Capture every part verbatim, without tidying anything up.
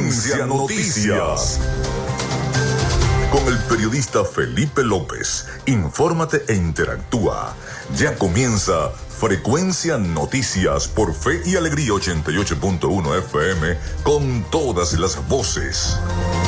Frecuencia Noticias. Con el periodista Felipe López. Infórmate e interactúa. Ya comienza Frecuencia Noticias por Fe y Alegría ochenta y ocho punto uno F M con todas las voces.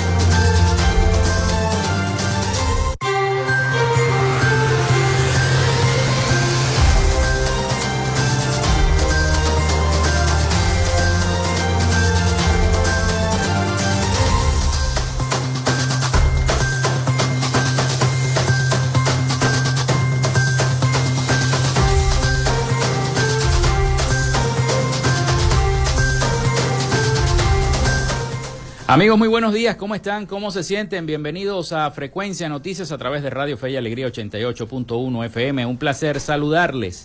Amigos, muy buenos días, ¿cómo están? ¿Cómo se sienten? Bienvenidos a Frecuencia Noticias a través de Radio Fe y Alegría ochenta y ocho punto uno F M. Un placer saludarles.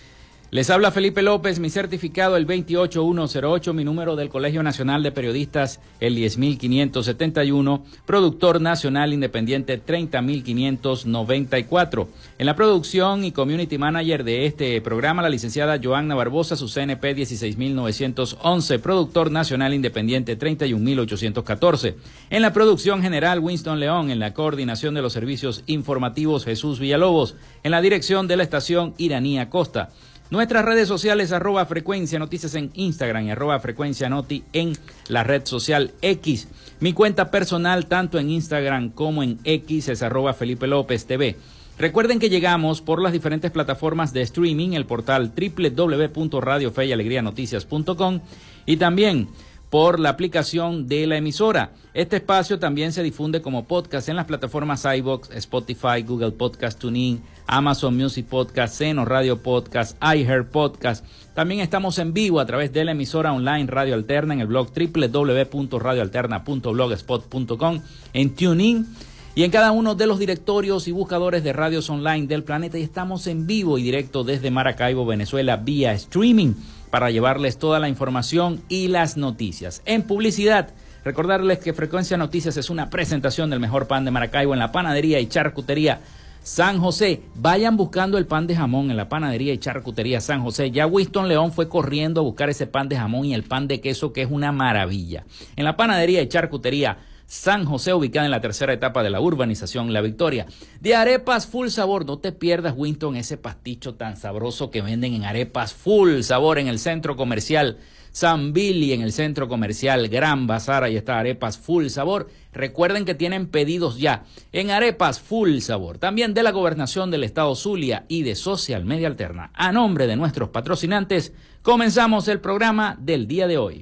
Les habla Felipe López, mi certificado el veintiocho mil ciento ocho, mi número del Colegio Nacional de Periodistas el diez mil quinientos setenta y uno, productor nacional independiente treinta mil quinientos noventa y cuatro. En la producción y community manager de este programa, la licenciada Joanna Barbosa, su C N P dieciséis mil novecientos once, productor nacional independiente treinta y un mil ochocientos catorce. En la producción general, Winston León. En la coordinación de los servicios informativos, Jesús Villalobos. En la dirección de la estación, Iranía Costa. Nuestras redes sociales, arroba Frecuencia Noticias en Instagram y arroba Frecuencia Noti en la red social X. Mi cuenta personal, tanto en Instagram como en X, es arroba Felipe López T V. Recuerden que llegamos por las diferentes plataformas de streaming, el portal doble u doble u doble u punto radio fe y alegría noticias punto com y también por la aplicación de la emisora. Este espacio también se difunde como podcast en las plataformas iVoox, Spotify, Google Podcast, TuneIn, Amazon Music Podcast, Seno Radio Podcast, iHeart Podcast. También estamos en vivo a través de la emisora online Radio Alterna en el blog doble u doble u doble u punto radio alterna punto blogspot punto com, en TuneIn y en cada uno de los directorios y buscadores de radios online del planeta. Y estamos en vivo y directo desde Maracaibo, Venezuela, vía streaming, para llevarles toda la información y las noticias. En publicidad, recordarles que Frecuencia Noticias es una presentación del mejor pan de Maracaibo en la panadería y charcutería San José. Vayan buscando el pan de jamón en la panadería y charcutería San José. Ya Winston León fue corriendo a buscar ese pan de jamón y el pan de queso, que es una maravilla. En la panadería y charcutería San José, ubicada en la tercera etapa de la urbanización La Victoria. De arepas full sabor, no te pierdas, Winston, ese pasticho tan sabroso que venden en arepas full sabor en el centro comercial San Billy, en el centro comercial Gran Bazar. Ahí está arepas full sabor. Recuerden que tienen pedidos ya en arepas full sabor. También de la Gobernación del Estado Zulia y de Social Media Alterna. A nombre de nuestros patrocinantes, comenzamos el programa del día de hoy.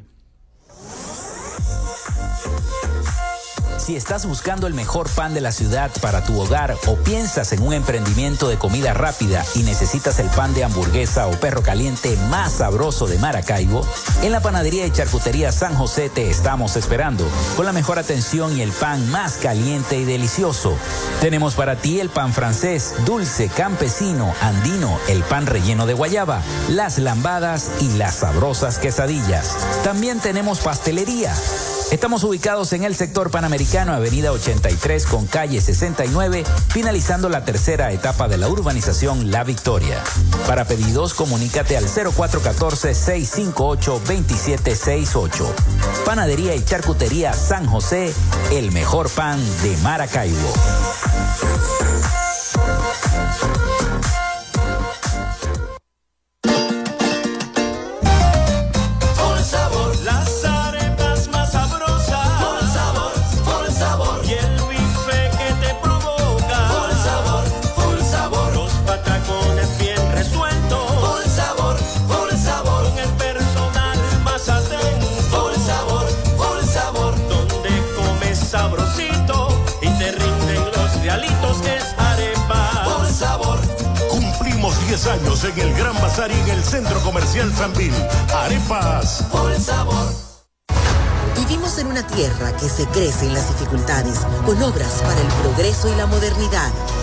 Si estás buscando el mejor pan de la ciudad para tu hogar o piensas en un emprendimiento de comida rápida y necesitas el pan de hamburguesa o perro caliente más sabroso de Maracaibo, en la panadería y charcutería San José te estamos esperando con la mejor atención y el pan más caliente y delicioso. Tenemos para ti el pan francés, dulce, campesino, andino, el pan relleno de guayaba, las lambadas y las sabrosas quesadillas. También tenemos pastelería. Estamos ubicados en el sector Panamericano, avenida ochenta y tres con calle sesenta y nueve, finalizando la tercera etapa de la urbanización La Victoria. Para pedidos, comunícate al cero cuatro uno cuatro, seis cinco ocho, dos siete seis ocho. Panadería y charcutería San José, el mejor pan de Maracaibo. Años en el Gran Bazar y en el Centro Comercial San Bill. Arepas por sabor. Vivimos en una tierra que se crece en las dificultades, con obras para el progreso y la modernidad.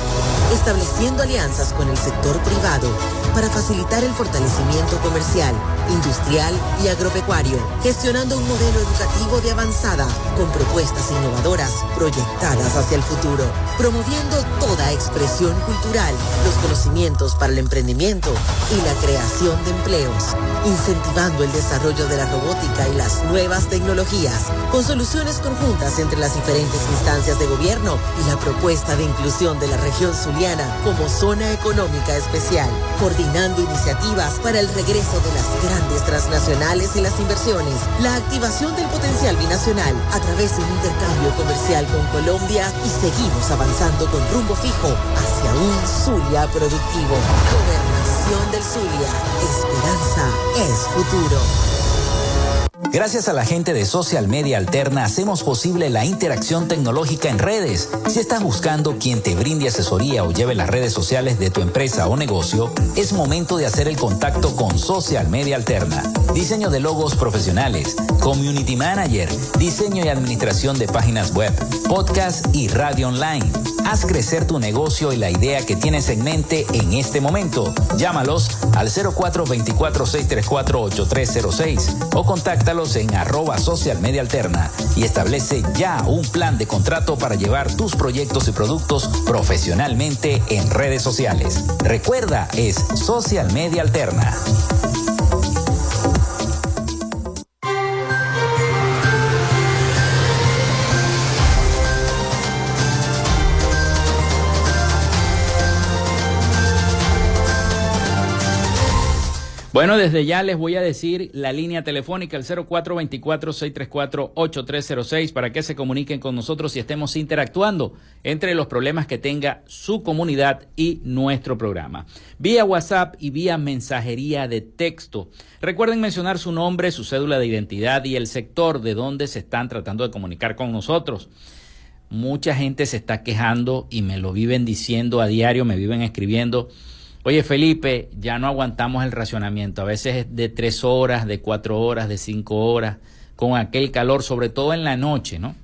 estableciendo alianzas con el sector privado para facilitar el fortalecimiento comercial, industrial y agropecuario, gestionando un modelo educativo de avanzada con propuestas innovadoras proyectadas hacia el futuro, promoviendo toda expresión cultural, los conocimientos para el emprendimiento y la creación de empleos, incentivando el desarrollo de la robótica y las nuevas tecnologías, con soluciones conjuntas entre las diferentes instancias de gobierno y la propuesta de inclusión de la región zuliana como zona económica especial, coordinando iniciativas para el regreso de las grandes transnacionales y las inversiones, la activación del potencial binacional a través de un intercambio comercial con Colombia y seguimos avanzando con rumbo fijo hacia un Zulia productivo. Gobernación del Zulia. Esperanza es futuro. Gracias a la gente de Social Media Alterna hacemos posible la interacción tecnológica en redes. Si estás buscando quien te brinde asesoría o lleve las redes sociales de tu empresa o negocio, es momento de hacer el contacto con Social Media Alterna. Diseño de logos profesionales, community manager, diseño y administración de páginas web, podcast y radio online. Haz crecer tu negocio y la idea que tienes en mente en este momento. Llámalos al cero cuatro dos cuatro, seis tres cuatro, ocho tres cero seis o contáctalos en arroba social media alterna y establece ya un plan de contrato para llevar tus proyectos y productos profesionalmente en redes sociales. Recuerda, es Social Media Alterna. Bueno, desde ya les voy a decir la línea telefónica, el cero cuatro dos cuatro, seis tres cuatro, ocho tres cero seis, para que se comuniquen con nosotros y estemos interactuando entre los problemas que tenga su comunidad y nuestro programa. Vía WhatsApp y vía mensajería de texto. Recuerden mencionar su nombre, su cédula de identidad y el sector de donde se están tratando de comunicar con nosotros. Mucha gente se está quejando y me lo viven diciendo a diario, me viven escribiendo. Oye, Felipe, ya no aguantamos el racionamiento. A veces es de tres horas, de cuatro horas, de cinco horas, con aquel calor, sobre todo en la noche, ¿no?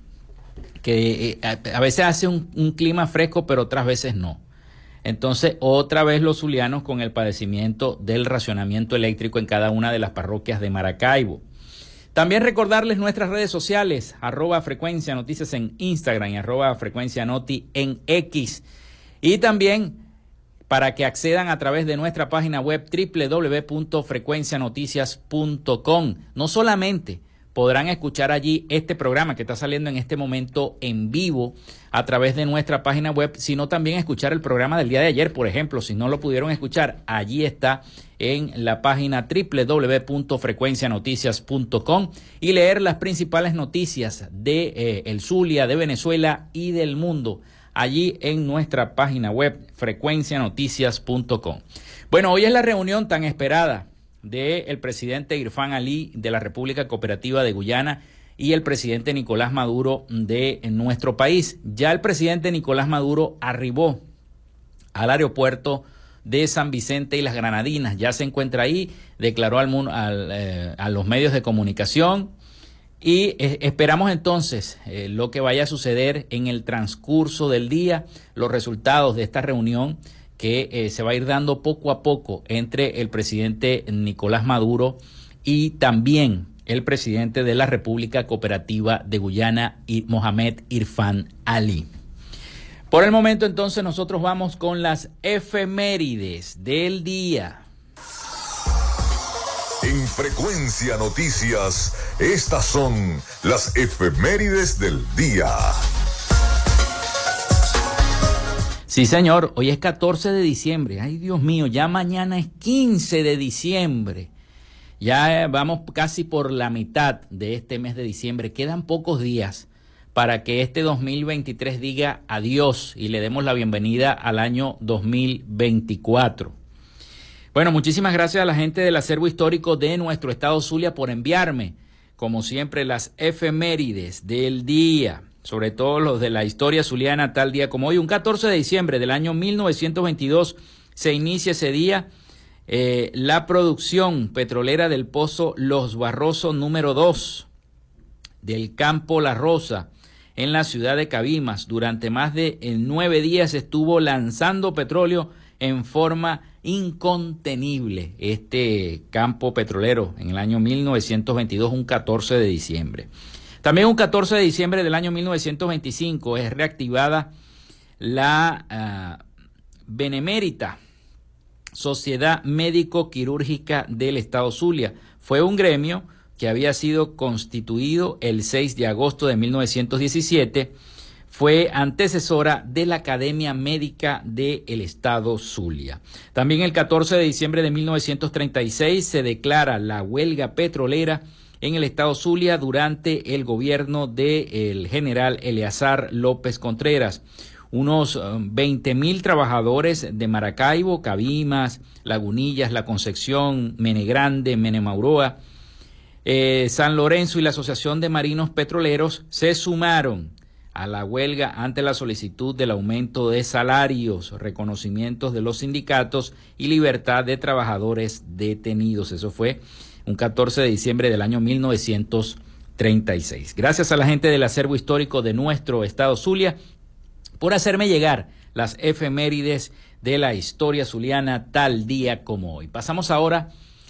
Que eh, a, a veces hace un, un clima fresco, pero otras veces no. Entonces, otra vez los zulianos con el padecimiento del racionamiento eléctrico en cada una de las parroquias de Maracaibo. También recordarles nuestras redes sociales, arroba Frecuencia Noticias en Instagram y arroba Frecuencia Noti en X. Y también para que accedan a través de nuestra página web doble u doble u doble u punto frecuencia noticias punto com. No solamente podrán escuchar allí este programa que está saliendo en este momento en vivo a través de nuestra página web, sino también escuchar el programa del día de ayer, por ejemplo. Si no lo pudieron escuchar, allí está en la página doble u doble u doble u punto frecuencia noticias punto com y leer las principales noticias de eh, el Zulia, de Venezuela y del mundo, allí en nuestra página web frecuencia noticias punto com. Bueno, hoy es la reunión tan esperada del presidente Irfan Ali de la República Cooperativa de Guyana y el presidente Nicolás Maduro de nuestro país. Ya el presidente Nicolás Maduro arribó al aeropuerto de San Vicente y las Granadinas, ya se encuentra ahí, declaró al, al, eh, a los medios de comunicación. Y eh, esperamos entonces eh, lo que vaya a suceder en el transcurso del día, los resultados de esta reunión que eh, se va a ir dando poco a poco entre el presidente Nicolás Maduro y también el presidente de la República Cooperativa de Guyana, y Mohamed Irfan Ali. Por el momento entonces nosotros vamos con las efemérides del día. En Frecuencia Noticias, estas son las efemérides del día. Sí, señor, hoy es catorce de diciembre. Ay, Dios mío, ya mañana es quince de diciembre. Ya vamos casi por la mitad de este mes de diciembre. Quedan pocos días para que este dos mil veintitrés diga adiós y le demos la bienvenida al año dos mil veinticuatro. Bueno, muchísimas gracias a la gente del acervo histórico de nuestro estado Zulia por enviarme, como siempre, las efemérides del día, sobre todo los de la historia zuliana tal día como hoy. Un catorce de diciembre del año mil novecientos veintidós se inicia ese día eh, la producción petrolera del pozo Los Barrosos número dos del Campo La Rosa en la ciudad de Cabimas. Durante más de nueve días estuvo lanzando petróleo en forma incontenible este campo petrolero en el año mil novecientos veintidós, un catorce de diciembre. También un catorce de diciembre del año mil novecientos veinticinco es reactivada la uh, Benemérita Sociedad Médico-Quirúrgica del Estado Zulia. Fue un gremio que había sido constituido el seis de agosto de mil novecientos diecisiete. Fue antecesora de la Academia Médica del Estado Zulia. También el catorce de diciembre de mil novecientos treinta y seis se declara la huelga petrolera en el Estado Zulia durante el gobierno del general Eleazar López Contreras. Unos veinte mil trabajadores de Maracaibo, Cabimas, Lagunillas, La Concepción, Menegrande, Menemauroa, eh, San Lorenzo y la Asociación de Marinos Petroleros se sumaron a la huelga ante la solicitud del aumento de salarios, reconocimientos de los sindicatos y libertad de trabajadores detenidos. Eso fue un catorce de diciembre del año mil novecientos treinta y seis. Gracias a la gente del acervo histórico de nuestro estado Zulia por hacerme llegar las efemérides de la historia zuliana tal día como hoy. Pasamos ahora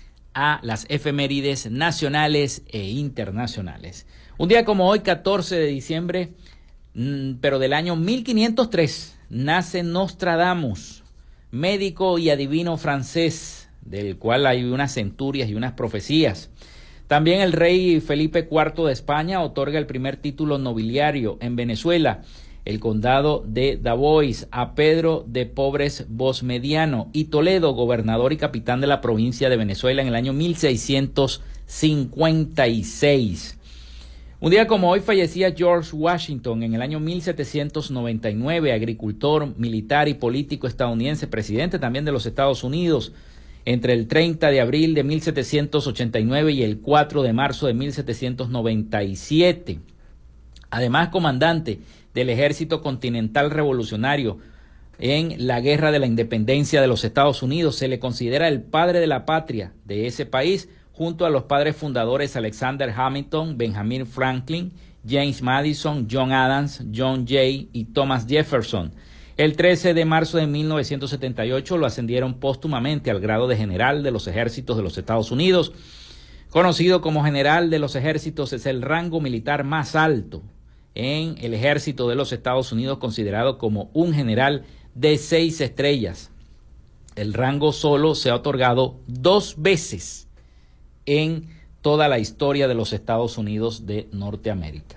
a las efemérides nacionales e internacionales. Un día como hoy, catorce de diciembre, pero del año mil quinientos tres, nace Nostradamus, médico y adivino francés, del cual hay unas centurias y unas profecías. También el rey Felipe cuarto de España otorga el primer título nobiliario en Venezuela, el condado de Davois, a Pedro de Pobres Bosmediano, y Toledo, gobernador y capitán de la provincia de Venezuela en el año mil seiscientos cincuenta y seis. Un día como hoy fallecía George Washington en el año mil setecientos noventa y nueve, agricultor, militar y político estadounidense, presidente también de los Estados Unidos, entre el treinta de abril de mil setecientos ochenta y nueve y el cuatro de marzo de mil setecientos noventa y siete. Además, comandante del Ejército Continental Revolucionario en la Guerra de la Independencia de los Estados Unidos, se le considera el padre de la patria de ese país, junto a los padres fundadores Alexander Hamilton, Benjamin Franklin, James Madison, John Adams, John Jay y Thomas Jefferson. El trece de marzo de mil novecientos setenta y ocho lo ascendieron póstumamente al grado de general de los ejércitos de los Estados Unidos. Conocido como general de los ejércitos, es el rango militar más alto en el ejército de los Estados Unidos, considerado como un general de seis estrellas. El rango solo se ha otorgado dos veces en toda la historia de los Estados Unidos de Norteamérica.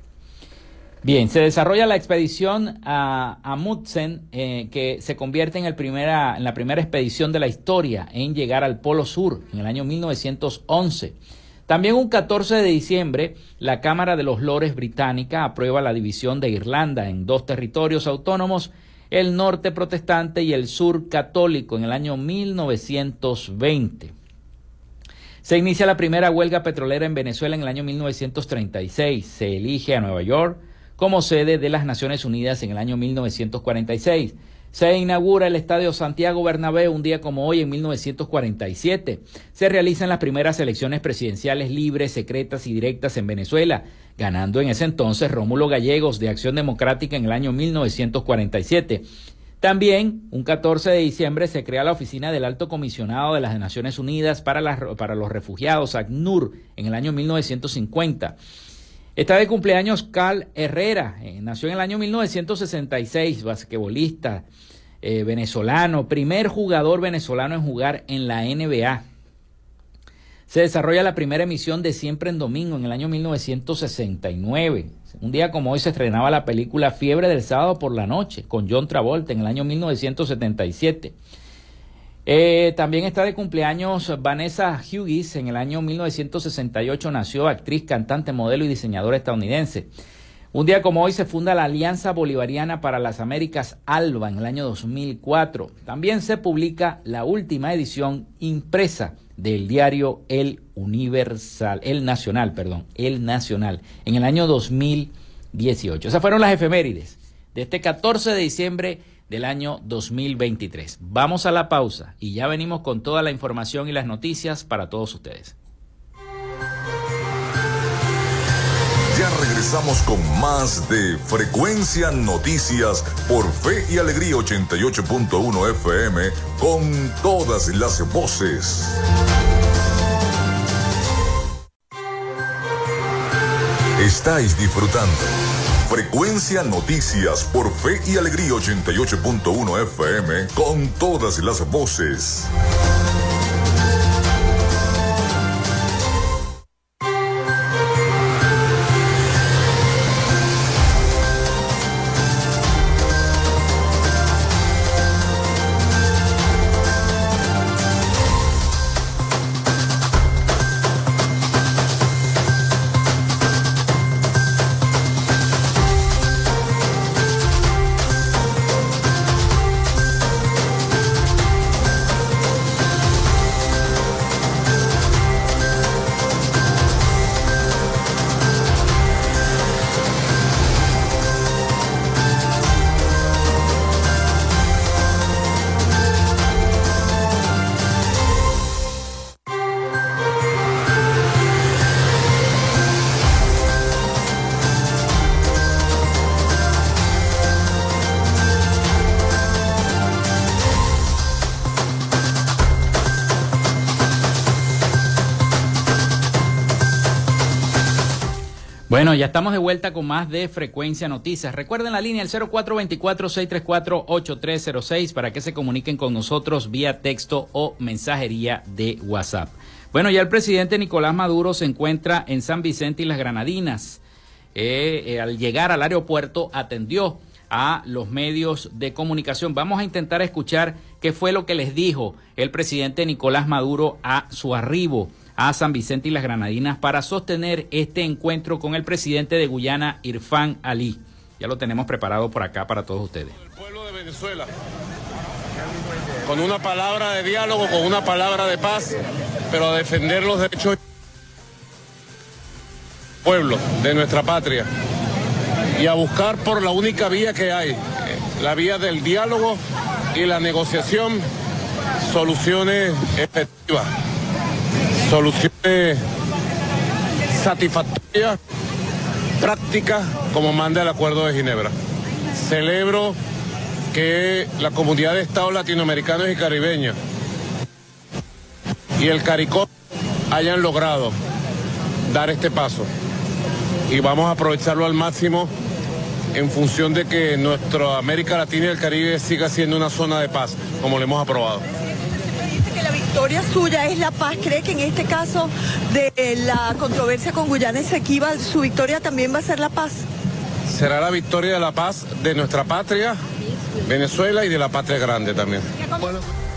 Bien, se desarrolla la expedición a Amundsen, eh, que se convierte en, el primera, en la primera expedición de la historia en llegar al Polo Sur en el año mil novecientos once. También un catorce de diciembre, la Cámara de los Lores británica aprueba la división de Irlanda en dos territorios autónomos, el norte protestante y el sur católico, en el año mil novecientos veinte. Se inicia la primera huelga petrolera en Venezuela en el año mil novecientos treinta y seis. Se elige a Nueva York como sede de las Naciones Unidas en el año mil novecientos cuarenta y seis. Se inaugura el Estadio Santiago Bernabéu un día como hoy en mil novecientos cuarenta y siete. Se realizan las primeras elecciones presidenciales libres, secretas y directas en Venezuela, ganando en ese entonces Rómulo Gallegos de Acción Democrática en el año mil novecientos cuarenta y siete. También, un catorce de diciembre, se crea la Oficina del Alto Comisionado de las Naciones Unidas para, las, para los Refugiados, ACNUR, en el año mil novecientos cincuenta. Está de cumpleaños Carl Herrera, eh, nació en el año mil novecientos sesenta y seis, basquetbolista eh, venezolano, primer jugador venezolano en jugar en la N B A. Se desarrolla la primera emisión de Siempre en Domingo en el año mil novecientos sesenta y nueve. Un día como hoy se estrenaba la película Fiebre del Sábado por la Noche con John Travolta en el año mil novecientos setenta y siete. Eh, también está de cumpleaños Vanessa Hudgens. En el año mil novecientos sesenta y ocho nació, actriz, cantante, modelo y diseñadora estadounidense. Un día como hoy se funda la Alianza Bolivariana para las Américas, ALBA, en el año dos mil cuatro. También se publica la última edición impresa del diario El Universal, El Nacional, perdón, El Nacional, en el año dos mil dieciocho. Esas fueron las efemérides de este catorce de diciembre del año dos mil veintitrés. Vamos a la pausa y ya venimos con toda la información y las noticias para todos ustedes. Ya regresamos con más de Frecuencia Noticias por Fe y Alegría ochenta y ocho punto uno F M con todas las voces. Estáis disfrutando Frecuencia Noticias por Fe y Alegría ochenta y ocho punto uno F M con todas las voces. Bueno, ya estamos de vuelta con más de Frecuencia Noticias. Recuerden la línea el cero cuatro dos cuatro, seis tres cuatro, ocho tres cero seis para que se comuniquen con nosotros vía texto o mensajería de WhatsApp. Bueno, ya el presidente Nicolás Maduro se encuentra en San Vicente y las Granadinas. Eh, eh, al llegar al aeropuerto atendió a los medios de comunicación. Vamos a intentar escuchar qué fue lo que les dijo el presidente Nicolás Maduro a su arribo a San Vicente y las Granadinas para sostener este encuentro con el presidente de Guyana, Irfán Ali. Ya lo tenemos preparado por acá para todos ustedes. El pueblo de Venezuela, con una palabra de diálogo, con una palabra de paz, pero a defender los derechos del pueblo, de nuestra patria, y a buscar por la única vía que hay, la vía del diálogo y la negociación, soluciones efectivas. Soluciones satisfactorias, prácticas, como manda el Acuerdo de Ginebra. Celebro que la comunidad de Estados latinoamericanos y caribeños y el CARICOM hayan logrado dar este paso. Y vamos a aprovecharlo al máximo en función de que nuestra América Latina y el Caribe siga siendo una zona de paz, como lo hemos aprobado. La victoria suya es la paz. ¿Cree que en este caso de la controversia con Guyana Esequiba, su victoria también va a ser la paz? Será la victoria de la paz de nuestra patria, Venezuela, y de la patria grande también. Bueno,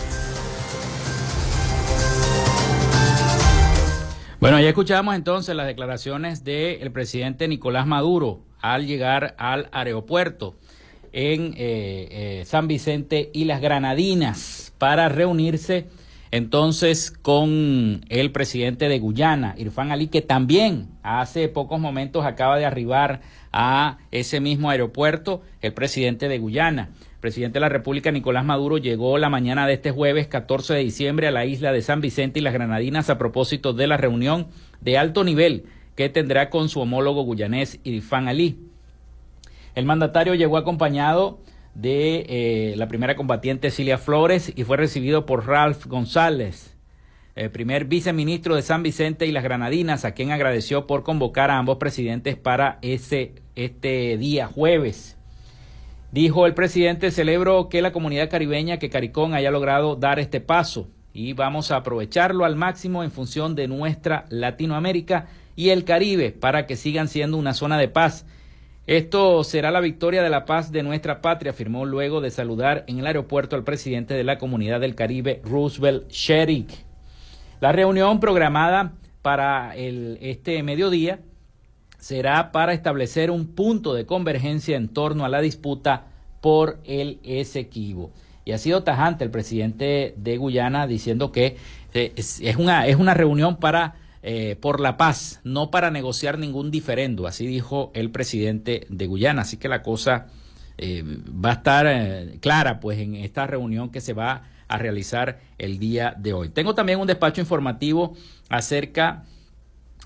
bueno ya escuchamos entonces las declaraciones del presidente Nicolás Maduro al llegar al aeropuerto en eh, eh, San Vicente y las Granadinas para reunirse entonces con el presidente de Guyana, Irfán Ali, que también hace pocos momentos acaba de arribar a ese mismo aeropuerto, el presidente de Guyana. El presidente de la República, Nicolás Maduro, llegó la mañana de este jueves catorce de diciembre a la isla de San Vicente y las Granadinas a propósito de la reunión de alto nivel que tendrá con su homólogo guyanés, Irfán Ali. El mandatario llegó acompañado de eh, la primera combatiente Cilia Flores y fue recibido por Ralph González, el primer viceministro de San Vicente y las Granadinas, a quien agradeció por convocar a ambos presidentes para ese este día jueves. Dijo el presidente: celebro que la comunidad caribeña, que CARICOM haya logrado dar este paso y vamos a aprovecharlo al máximo en función de nuestra Latinoamérica y el Caribe para que sigan siendo una zona de paz. Esto será la victoria de la paz de nuestra patria, afirmó luego de saludar en el aeropuerto al presidente de la Comunidad del Caribe, Roosevelt Sherrick. La reunión programada para el, este mediodía será para establecer un punto de convergencia en torno a la disputa por el Esequibo. Y ha sido tajante el presidente de Guyana diciendo que eh, es, es, una, es una reunión para... Eh, por la paz, no para negociar ningún diferendo, así dijo el presidente de Guyana. Así que la cosa eh, va a estar eh, clara pues en esta reunión que se va a realizar el día de hoy. Tengo también un despacho informativo acerca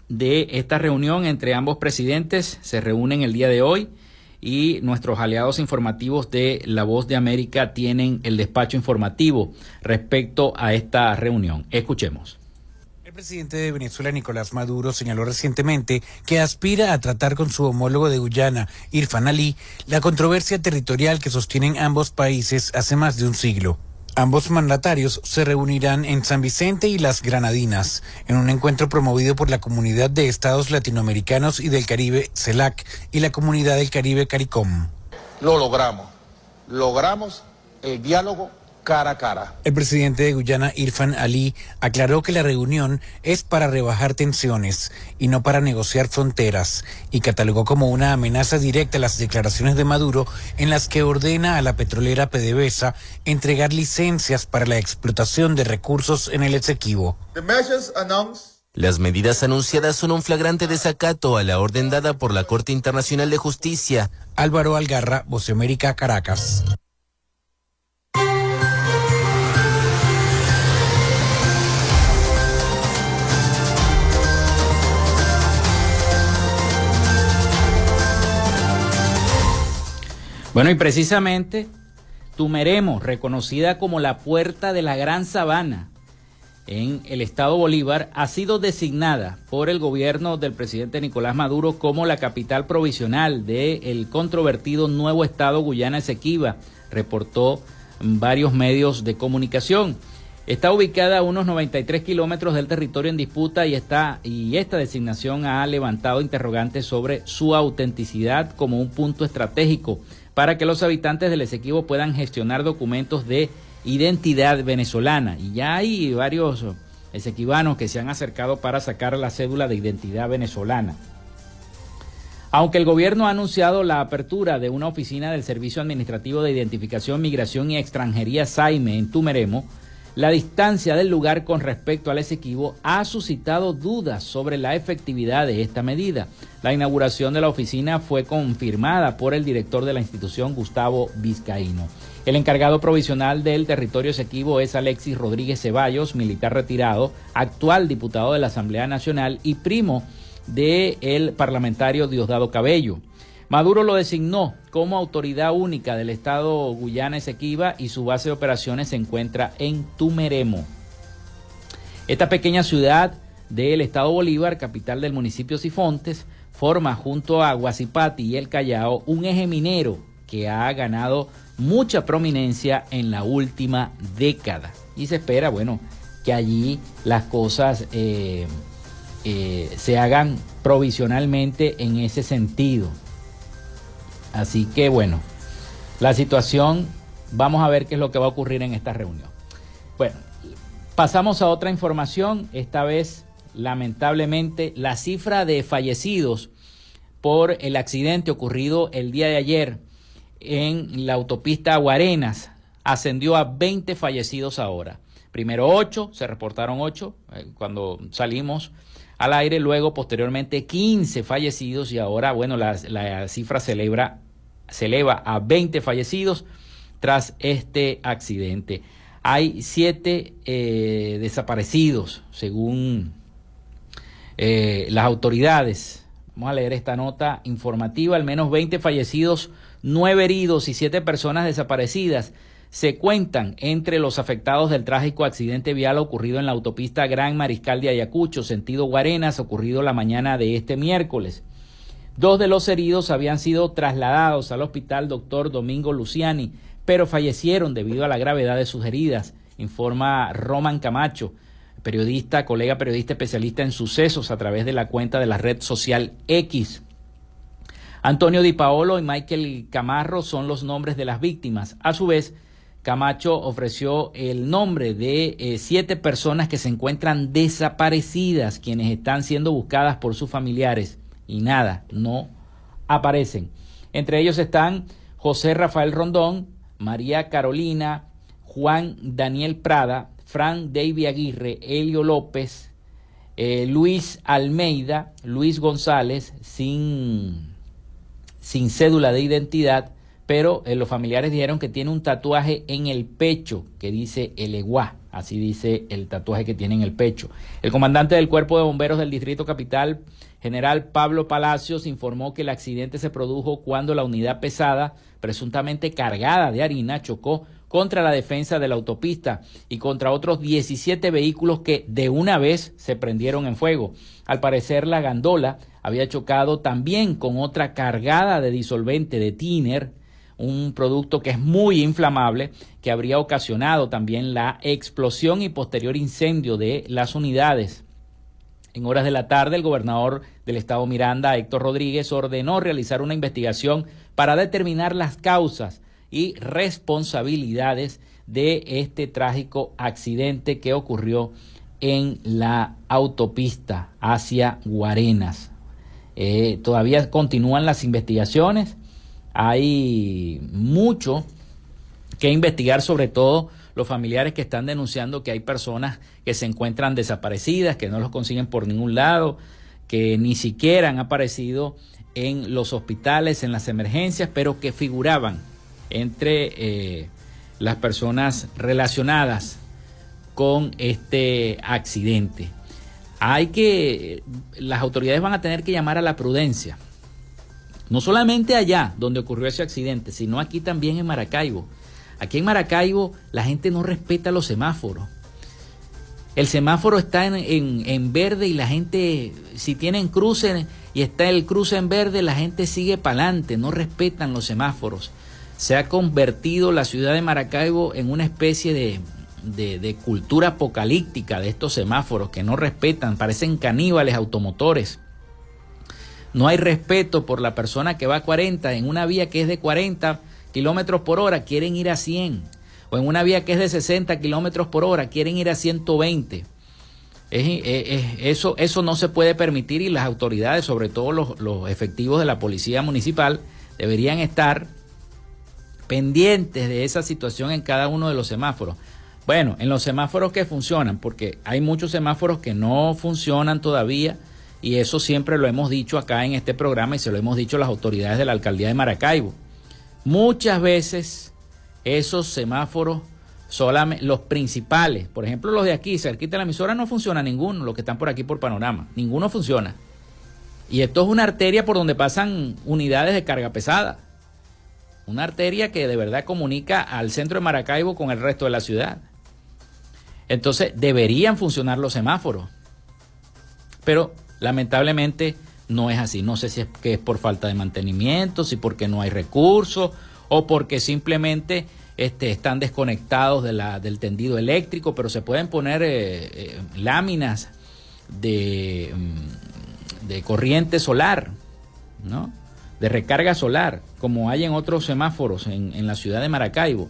de esta reunión entre ambos presidentes. Se reúnen el día de hoy y nuestros aliados informativos de La Voz de América tienen el despacho informativo respecto a esta reunión. Escuchemos. El presidente de Venezuela, Nicolás Maduro, señaló recientemente que aspira a tratar con su homólogo de Guyana, Irfan Ali, la controversia territorial que sostienen ambos países hace más de un siglo. Ambos mandatarios se reunirán en San Vicente y Las Granadinas, en un encuentro promovido por la Comunidad de Estados Latinoamericanos y del Caribe, CELAC, y la Comunidad del Caribe, CARICOM. Lo logramos. Logramos el diálogo cara a cara. El presidente de Guyana, Irfan Ali, aclaró que la reunión es para rebajar tensiones y no para negociar fronteras, y catalogó como una amenaza directa las declaraciones de Maduro en las que ordena a la petrolera PDVSA entregar licencias para la explotación de recursos en el Esequibo. Las medidas anunciadas son un flagrante desacato a la orden dada por la Corte Internacional de Justicia. Álvaro Algarra, Voz de América, Caracas. Bueno, y precisamente Tumeremo, reconocida como la puerta de la Gran Sabana en el estado Bolívar, ha sido designada por el gobierno del presidente Nicolás Maduro como la capital provisional del controvertido nuevo estado Guyana Esequiba, reportó varios medios de comunicación. Está ubicada a unos noventa y tres kilómetros del territorio en disputa y, está, y esta designación ha levantado interrogantes sobre su autenticidad como un punto estratégico para que los habitantes del Esequibo puedan gestionar documentos de identidad venezolana. Y ya hay varios esequibanos que se han acercado para sacar la cédula de identidad venezolana. Aunque el gobierno ha anunciado la apertura de una oficina del Servicio Administrativo de Identificación, Migración y Extranjería SAIME en Tumeremo, la distancia del lugar con respecto al Esequibo ha suscitado dudas sobre la efectividad de esta medida. La inauguración de la oficina fue confirmada por el director de la institución, Gustavo Vizcaíno. El encargado provisional del territorio Esequibo es Alexis Rodríguez Ceballos, militar retirado, actual diputado de la Asamblea Nacional y primo del parlamentario Diosdado Cabello. Maduro lo designó como autoridad única del estado Guyana Esequiba y su base de operaciones se encuentra en Tumeremo. Esta pequeña ciudad del estado Bolívar, capital del municipio Sifontes, forma junto a Guasipati y el Callao un eje minero que ha ganado mucha prominencia en la última década. Y se espera, bueno, que allí las cosas eh, eh, se hagan provisionalmente en ese sentido. Así que bueno, la situación, vamos a ver qué es lo que va a ocurrir en esta reunión. Bueno, pasamos a otra información, esta vez lamentablemente la cifra de fallecidos por el accidente ocurrido el día de ayer en la autopista Guarenas ascendió a veinte fallecidos ahora. Primero ocho, se reportaron ocho eh, cuando salimos al aire, luego posteriormente quince fallecidos y ahora, bueno, la, la cifra se eleva, se eleva a veinte fallecidos tras este accidente. Hay siete eh, desaparecidos, según eh, las autoridades. Vamos a leer esta nota informativa. Al menos veinte fallecidos, nueve heridos y siete personas desaparecidas se cuentan entre los afectados del trágico accidente vial ocurrido en la autopista Gran Mariscal de Ayacucho, sentido Guarenas, ocurrido la mañana de este miércoles. Dos de los heridos habían sido trasladados al hospital Doctor Domingo Luciani, pero fallecieron debido a la gravedad de sus heridas, informa Roman Camacho, periodista, colega periodista especialista en sucesos a través de la cuenta de la red social X. Antonio Di Paolo y Michael Camarro son los nombres de las víctimas. A su vez, Camacho ofreció el nombre de eh, siete personas que se encuentran desaparecidas, quienes están siendo buscadas por sus familiares y nada, no aparecen. Entre ellos están José Rafael Rondón, María Carolina, Juan Daniel Prada, Fran Davy Aguirre, Elio López, eh, Luis Almeida, Luis González, sin, sin cédula de identidad, pero eh, los familiares dijeron que tiene un tatuaje en el pecho que dice Eleguá, así dice el tatuaje que tiene en el pecho. El comandante del Cuerpo de Bomberos del Distrito Capital, general Pablo Palacios, informó que el accidente se produjo cuando la unidad pesada, presuntamente cargada de harina, chocó contra la defensa de la autopista y contra otros diecisiete vehículos que de una vez se prendieron en fuego. Al parecer, la gandola había chocado también con otra cargada de disolvente de thinner, un producto que es muy inflamable, que habría ocasionado también la explosión y posterior incendio de las unidades. En horas de la tarde, el gobernador del estado Miranda, Héctor Rodríguez, ordenó realizar una investigación para determinar las causas y responsabilidades de este trágico accidente que ocurrió en la autopista hacia Guarenas. Eh, todavía continúan las investigaciones. Hay mucho que investigar, sobre todo los familiares que están denunciando que hay personas que se encuentran desaparecidas, que no los consiguen por ningún lado, que ni siquiera han aparecido en los hospitales, en las emergencias, pero que figuraban entre eh, las personas relacionadas con este accidente. Hay que, las autoridades van a tener que llamar a la prudencia. No solamente allá donde ocurrió ese accidente, sino aquí también en Maracaibo. Aquí en Maracaibo la gente no respeta los semáforos. El semáforo está en, en, en verde y la gente, si tienen cruce y está el cruce en verde, la gente sigue para adelante, no respetan los semáforos. Se ha convertido la ciudad de Maracaibo en una especie de, de, de cultura apocalíptica de estos semáforos que no respetan, parecen caníbales automotores. No hay respeto por la persona que va a cuarenta, en una vía que es de cuarenta kilómetros por hora, quieren ir a cien. O en una vía que es de sesenta kilómetros por hora, quieren ir a ciento veinte. Es, es, es, eso, eso no se puede permitir y las autoridades, sobre todo los, los efectivos de la policía municipal, deberían estar pendientes de esa situación en cada uno de los semáforos. Bueno, en los semáforos que funcionan, porque hay muchos semáforos que no funcionan todavía, y eso siempre lo hemos dicho acá en este programa y se lo hemos dicho a las autoridades de la alcaldía de Maracaibo. Muchas veces esos semáforos, solamente los principales, por ejemplo los de aquí, cerquita de la emisora, no funciona ninguno, los que están por aquí por Panorama, ninguno funciona. Y esto es una arteria por donde pasan unidades de carga pesada. Una arteria que de verdad comunica al centro de Maracaibo con el resto de la ciudad. Entonces deberían funcionar los semáforos. Pero lamentablemente no es así. No sé si es que es por falta de mantenimiento, si porque no hay recursos o porque simplemente este, están desconectados de la, del tendido eléctrico, pero se pueden poner eh, eh, láminas de, de corriente solar, ¿no? De recarga solar, como hay en otros semáforos en, en la ciudad de Maracaibo.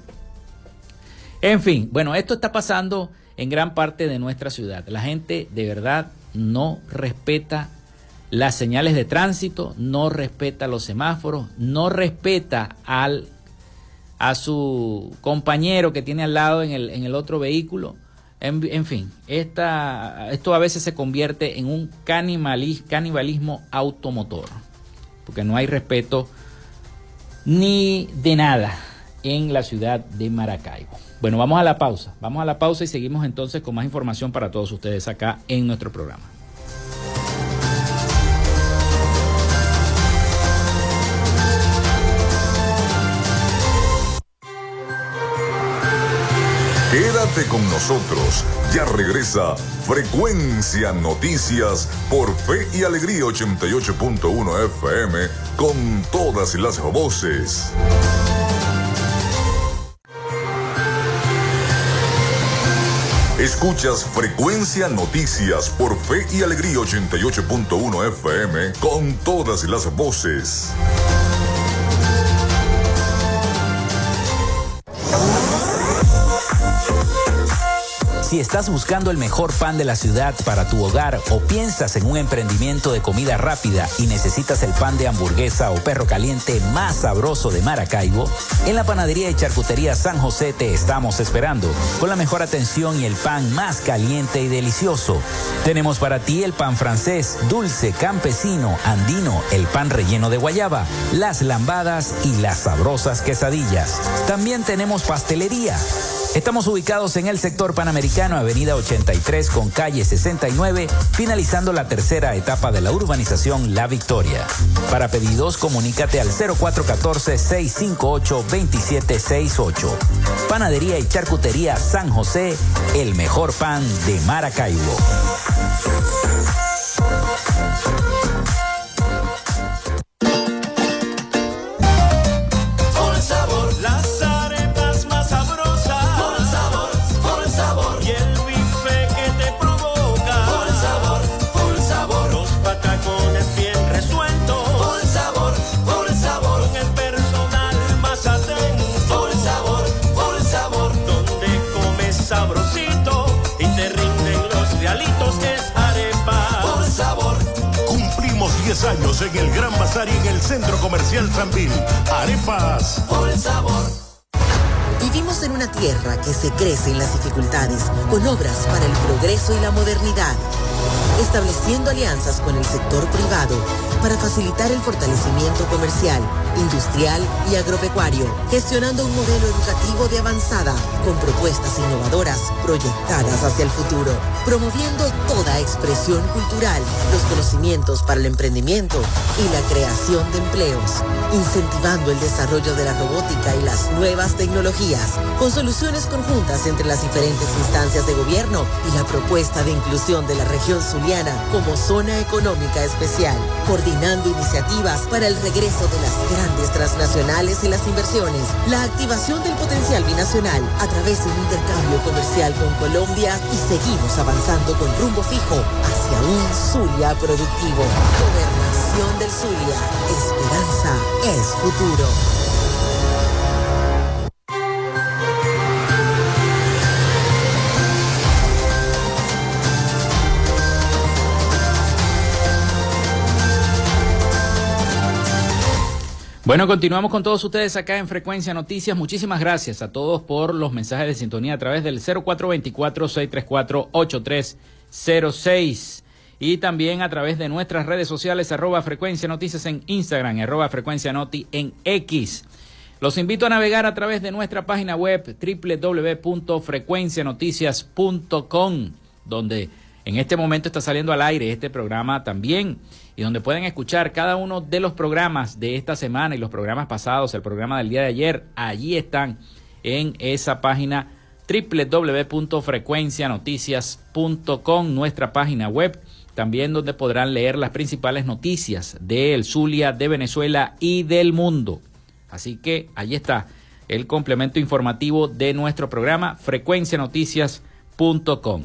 En fin, bueno, esto está pasando en gran parte de nuestra ciudad. La gente de verdad no respeta las señales de tránsito, no respeta los semáforos, no respeta al, a su compañero que tiene al lado en el, en el otro vehículo. En, en fin, esta, esto a veces se convierte en un canibalismo, canibalismo automotor, porque no hay respeto ni de nada en la ciudad de Maracaibo. Bueno, vamos a la pausa, vamos a la pausa y seguimos entonces con más información para todos ustedes acá en nuestro programa. Quédate con nosotros, ya regresa Frecuencia Noticias por Fe y Alegría ochenta y ocho punto uno F M con todas las voces. Escuchas Frecuencia Noticias por Fe y Alegría ochenta y ocho punto uno F M con todas las voces. Si estás buscando el mejor pan de la ciudad para tu hogar o piensas en un emprendimiento de comida rápida y necesitas el pan de hamburguesa o perro caliente más sabroso de Maracaibo, en la panadería y charcutería San José te estamos esperando con la mejor atención y el pan más caliente y delicioso. Tenemos para ti el pan francés, dulce, campesino, andino, el pan relleno de guayaba, las lambadas y las sabrosas quesadillas. También tenemos pastelería. Estamos ubicados en el sector Panamericano, avenida ochenta y tres con calle sesenta y nueve, finalizando la tercera etapa de la urbanización La Victoria. Para pedidos, comunícate al cero cuatro uno cuatro, seis cinco ocho, dos siete seis ocho. Panadería y charcutería San José, el mejor pan de Maracaibo. diez años en el Gran Bazar y en el Centro Comercial Sambil. Arepas por el sabor. Vivimos en una tierra que se crece en las dificultades, con obras para el progreso y la modernidad, estableciendo alianzas con el sector privado para facilitar el fortalecimiento comercial, industrial y agropecuario, gestionando un modelo educativo de avanzada, con propuestas innovadoras proyectadas hacia el futuro, promoviendo toda expresión cultural, los conocimientos para el emprendimiento y la creación de empleos, incentivando el desarrollo de la robótica y las nuevas tecnologías, con soluciones conjuntas entre las diferentes instancias de gobierno y la propuesta de inclusión de la región zuliana como zona económica especial, coordinando iniciativas para el regreso de las grandes transnacionales en las inversiones, la activación del potencial binacional a través de un intercambio comercial con Colombia y seguimos avanzando con rumbo fijo hacia un Zulia productivo. Gobernación del Zulia. Esperanza es futuro. Bueno, continuamos con todos ustedes acá en Frecuencia Noticias. Muchísimas gracias a todos por los mensajes de sintonía a través del cero cuatro dos cuatro, seis tres cuatro, ocho tres cero seis y también a través de nuestras redes sociales, arroba Frecuencia Noticias en Instagram, arroba Frecuencia Noti en X. Los invito a navegar a través de nuestra página web doble u doble u doble u punto frecuencia noticias punto com, donde en este momento está saliendo al aire este programa también, y donde pueden escuchar cada uno de los programas de esta semana y los programas pasados, el programa del día de ayer. Allí están en esa página doble u doble u doble u punto frecuencia noticias punto com, nuestra página web, también donde podrán leer las principales noticias del Zulia, de Venezuela y del mundo. Así que allí está el complemento informativo de nuestro programa, frecuencia noticias punto com.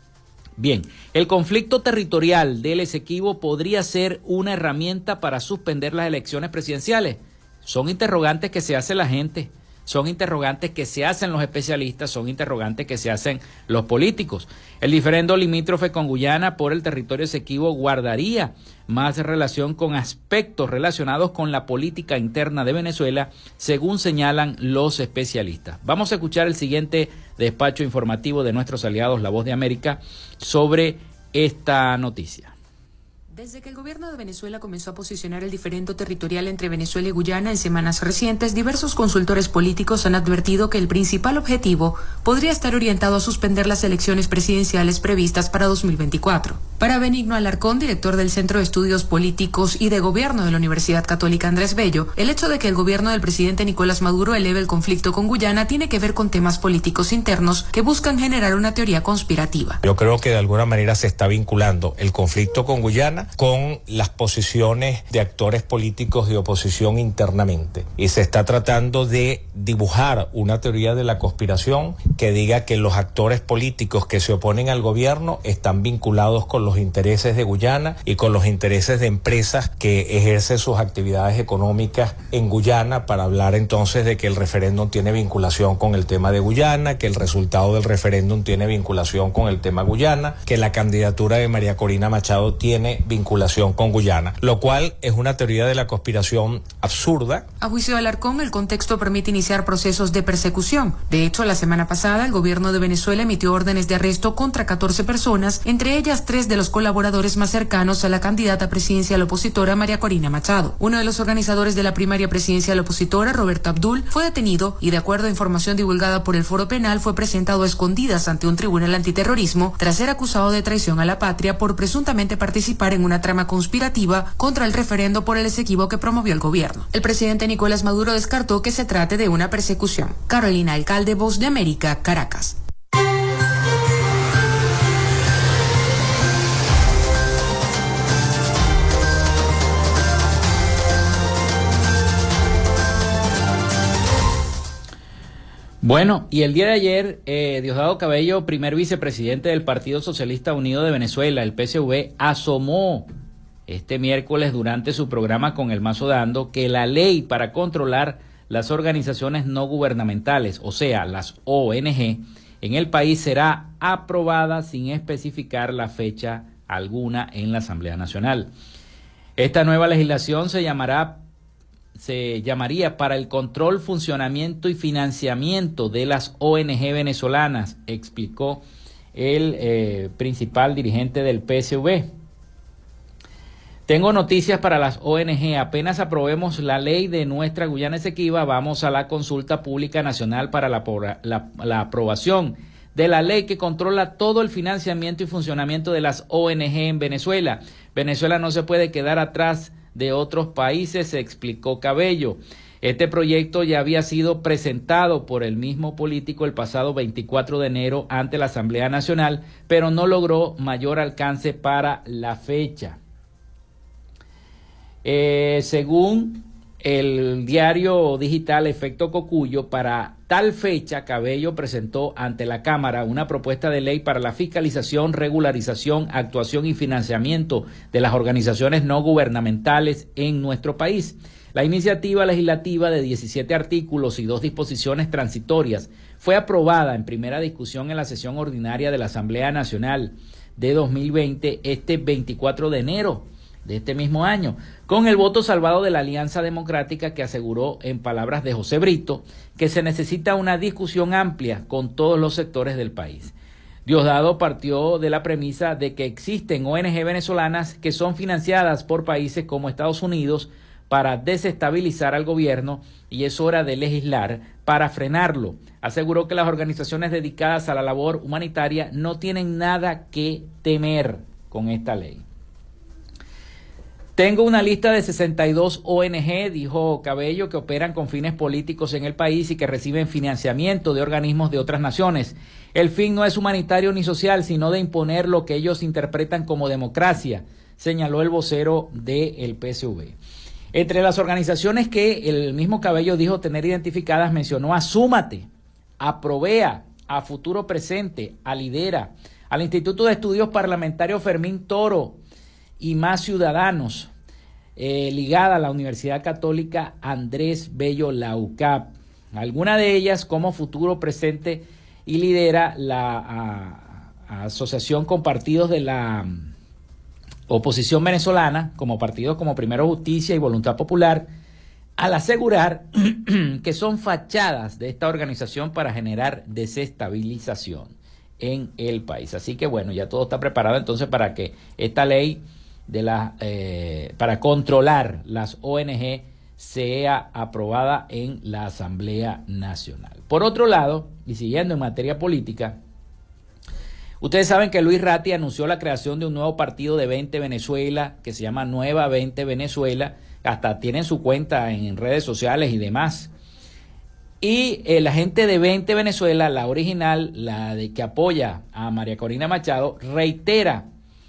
Bien, el conflicto territorial del Esequibo podría ser una herramienta para suspender las elecciones presidenciales. Son interrogantes que se hace la gente, son interrogantes que se hacen los especialistas, son interrogantes que se hacen los políticos. El diferendo limítrofe con Guyana por el territorio Esequibo guardaría más relación con aspectos relacionados con la política interna de Venezuela, según señalan los especialistas. Vamos a escuchar el siguiente despacho informativo de nuestros aliados La Voz de América sobre esta noticia. Desde que el gobierno de Venezuela comenzó a posicionar el diferendo territorial entre Venezuela y Guyana en semanas recientes, diversos consultores políticos han advertido que el principal objetivo podría estar orientado a suspender las elecciones presidenciales previstas para dos mil veinticuatro. Para Benigno Alarcón, director del Centro de Estudios Políticos y de Gobierno de la Universidad Católica Andrés Bello, el hecho de que el gobierno del presidente Nicolás Maduro eleve el conflicto con Guyana tiene que ver con temas políticos internos que buscan generar una teoría conspirativa. Yo creo que de alguna manera se está vinculando el conflicto con Guyana Guyana con las posiciones de actores políticos de oposición internamente. Y se está tratando de dibujar una teoría de la conspiración que diga que los actores políticos que se oponen al gobierno están vinculados con los intereses de Guyana y con los intereses de empresas que ejercen sus actividades económicas en Guyana, para hablar entonces de que el referéndum tiene vinculación con el tema de Guyana, que el resultado del referéndum tiene vinculación con el tema Guyana, que la candidatura de María Corina Machado tiene vinculación con Guyana, lo cual es una teoría de la conspiración absurda. A juicio de Alarcón, el contexto permite iniciar procesos de persecución. De hecho, la semana pasada, el gobierno de Venezuela emitió órdenes de arresto contra catorce personas, entre ellas tres de los colaboradores más cercanos a la candidata presidencial opositora María Corina Machado. Uno de los organizadores de la primaria presidencial opositora, Roberto Abdul, fue detenido y, de acuerdo a información divulgada por el Foro Penal, fue presentado a escondidas ante un tribunal antiterrorismo tras ser acusado de traición a la patria por presuntamente participar en una trama conspirativa contra el referendo por el Esequibo que promovió el gobierno. El presidente Nicolás Maduro descartó que se trate de una persecución. Carolina Alcalde, Voz de América, Caracas. Bueno, y el día de ayer, eh, Diosdado Cabello, primer vicepresidente del Partido Socialista Unido de Venezuela, el P S V, asomó este miércoles durante su programa Con el Mazo Dando que la ley para controlar las organizaciones no gubernamentales, o sea, las O N G, en el país será aprobada sin especificar la fecha alguna en la Asamblea Nacional. Esta nueva legislación se llamará se llamaría para el control, funcionamiento y financiamiento de las O N G venezolanas, explicó el eh, principal dirigente del P S V. Tengo noticias para las O N G. Apenas aprobemos la ley de nuestra Guyana Esequiba, vamos a la consulta pública nacional para la, la, la aprobación de la ley que controla todo el financiamiento y funcionamiento de las O N G en Venezuela. Venezuela no se puede quedar atrás de otros países, se explicó Cabello. Este proyecto ya había sido presentado por el mismo político el pasado veinticuatro de enero ante la Asamblea Nacional, pero no logró mayor alcance para la fecha. Eh, según el diario digital Efecto Cocuyo, para tal fecha Cabello presentó ante la Cámara una propuesta de ley para la fiscalización, regularización, actuación y financiamiento de las organizaciones no gubernamentales en nuestro país. La iniciativa legislativa de diecisiete artículos y dos disposiciones transitorias fue aprobada en primera discusión en la sesión ordinaria de la Asamblea Nacional de dos mil veinte este veinticuatro de enero de este mismo año, con el voto salvado de la Alianza Democrática, que aseguró en palabras de José Brito que se necesita una discusión amplia con todos los sectores del país. Diosdado partió de la premisa de que existen O N G venezolanas que son financiadas por países como Estados Unidos para desestabilizar al gobierno y es hora de legislar para frenarlo. Aseguró que las organizaciones dedicadas a la labor humanitaria no tienen nada que temer con esta ley. Tengo una lista de sesenta y dos O N G, dijo Cabello, que operan con fines políticos en el país y que reciben financiamiento de organismos de otras naciones. El fin no es humanitario ni social, sino de imponer lo que ellos interpretan como democracia, señaló el vocero del P S V. Entre las organizaciones que el mismo Cabello dijo tener identificadas, mencionó a Súmate, a Provea, a Futuro Presente, a Lidera, al Instituto de Estudios Parlamentarios Fermín Toro, y más Ciudadanos, eh, ligada a la Universidad Católica Andrés Bello, la U C A P. Alguna de ellas como Futuro Presente y Lidera, la a, a Asociación con Partidos de la um, Oposición Venezolana, como partidos como Primero Justicia y Voluntad Popular, al asegurar que son fachadas de esta organización para generar desestabilización en el país. Así que bueno, ya todo está preparado entonces para que esta ley de la eh, para controlar las O N G sea aprobada en la Asamblea Nacional. Por otro lado, y siguiendo en materia política, ustedes saben que Luis Ratti anunció la creación de un nuevo partido de veinte Venezuela que se llama Nueva veinte Venezuela, hasta tienen su cuenta en redes sociales y demás. Y eh, la gente de veinte Venezuela, la original, la de que apoya a María Corina Machado, reitera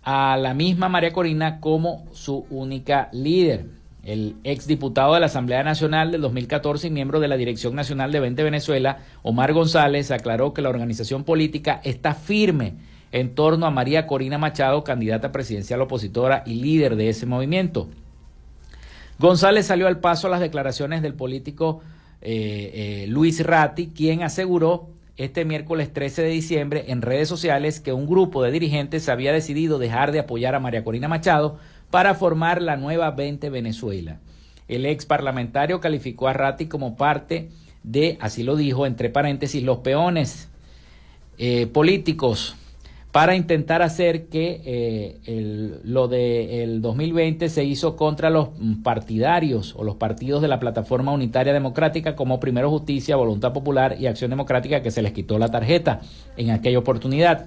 a la misma María Corina como su única líder. El exdiputado de la Asamblea Nacional del dos mil catorce y miembro de la Dirección Nacional de Vente Venezuela, Omar González, aclaró que la organización política está firme en torno a María Corina Machado, candidata presidencial opositora y líder de ese movimiento. González salió al paso a las declaraciones del político eh, eh, Luis Ratti, quien aseguró este miércoles trece de diciembre en redes sociales que un grupo de dirigentes había decidido dejar de apoyar a María Corina Machado para formar la nueva Vente Venezuela. El ex parlamentario calificó a Ratti como parte de, así lo dijo, entre paréntesis, los peones eh, políticos para intentar hacer que eh, el, lo del dos mil veinte se hizo contra los partidarios o los partidos de la Plataforma Unitaria Democrática como Primero Justicia, Voluntad Popular y Acción Democrática, que se les quitó la tarjeta en aquella oportunidad.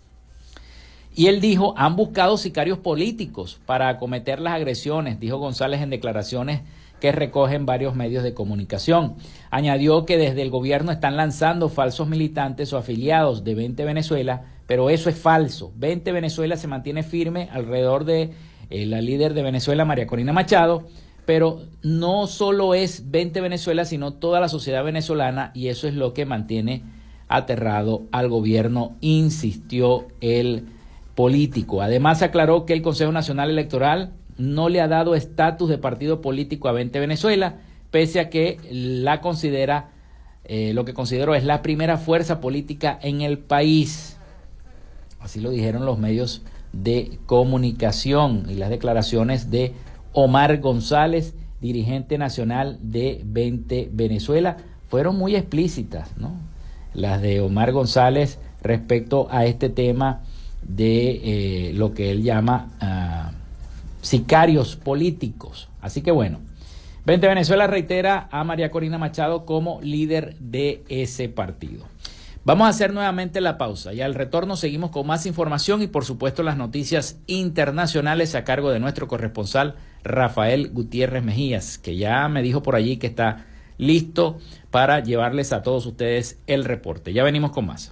Y él dijo, han buscado sicarios políticos para acometer las agresiones, dijo González en declaraciones que recogen varios medios de comunicación. Añadió que desde el gobierno están lanzando falsos militantes o afiliados de Vente Venezuela, pero eso es falso. Vente Venezuela se mantiene firme alrededor de eh, la líder de Venezuela, María Corina Machado, pero no solo es Vente Venezuela, sino toda la sociedad venezolana, y eso es lo que mantiene aterrado al gobierno, insistió el político. Además aclaró que el Consejo Nacional Electoral no le ha dado estatus de partido político a Vente Venezuela, pese a que la considera, eh, lo que consideró es la primera fuerza política en el país. Así lo dijeron los medios de comunicación y las declaraciones de Omar González, dirigente nacional de Vente Venezuela, fueron muy explícitas, ¿no? Las de Omar González respecto a este tema de eh, lo que él llama uh, sicarios políticos. Así que bueno, Vente Venezuela reitera a María Corina Machado como líder de ese partido. Vamos a hacer nuevamente la pausa y al retorno seguimos con más información y por supuesto las noticias internacionales a cargo de nuestro corresponsal Rafael Gutiérrez Mejías, que ya me dijo por allí que está listo para llevarles a todos ustedes el reporte. Ya venimos con más.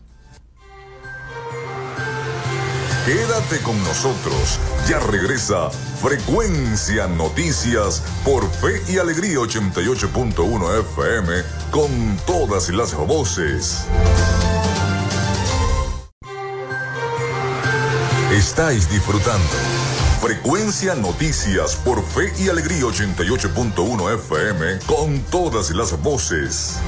Quédate con nosotros, ya regresa Frecuencia Noticias por Fe y Alegría ochenta y ocho punto uno F M con todas las voces. Estáis disfrutando Frecuencia Noticias por Fe y Alegría ochenta y ocho punto uno F M con todas las voces.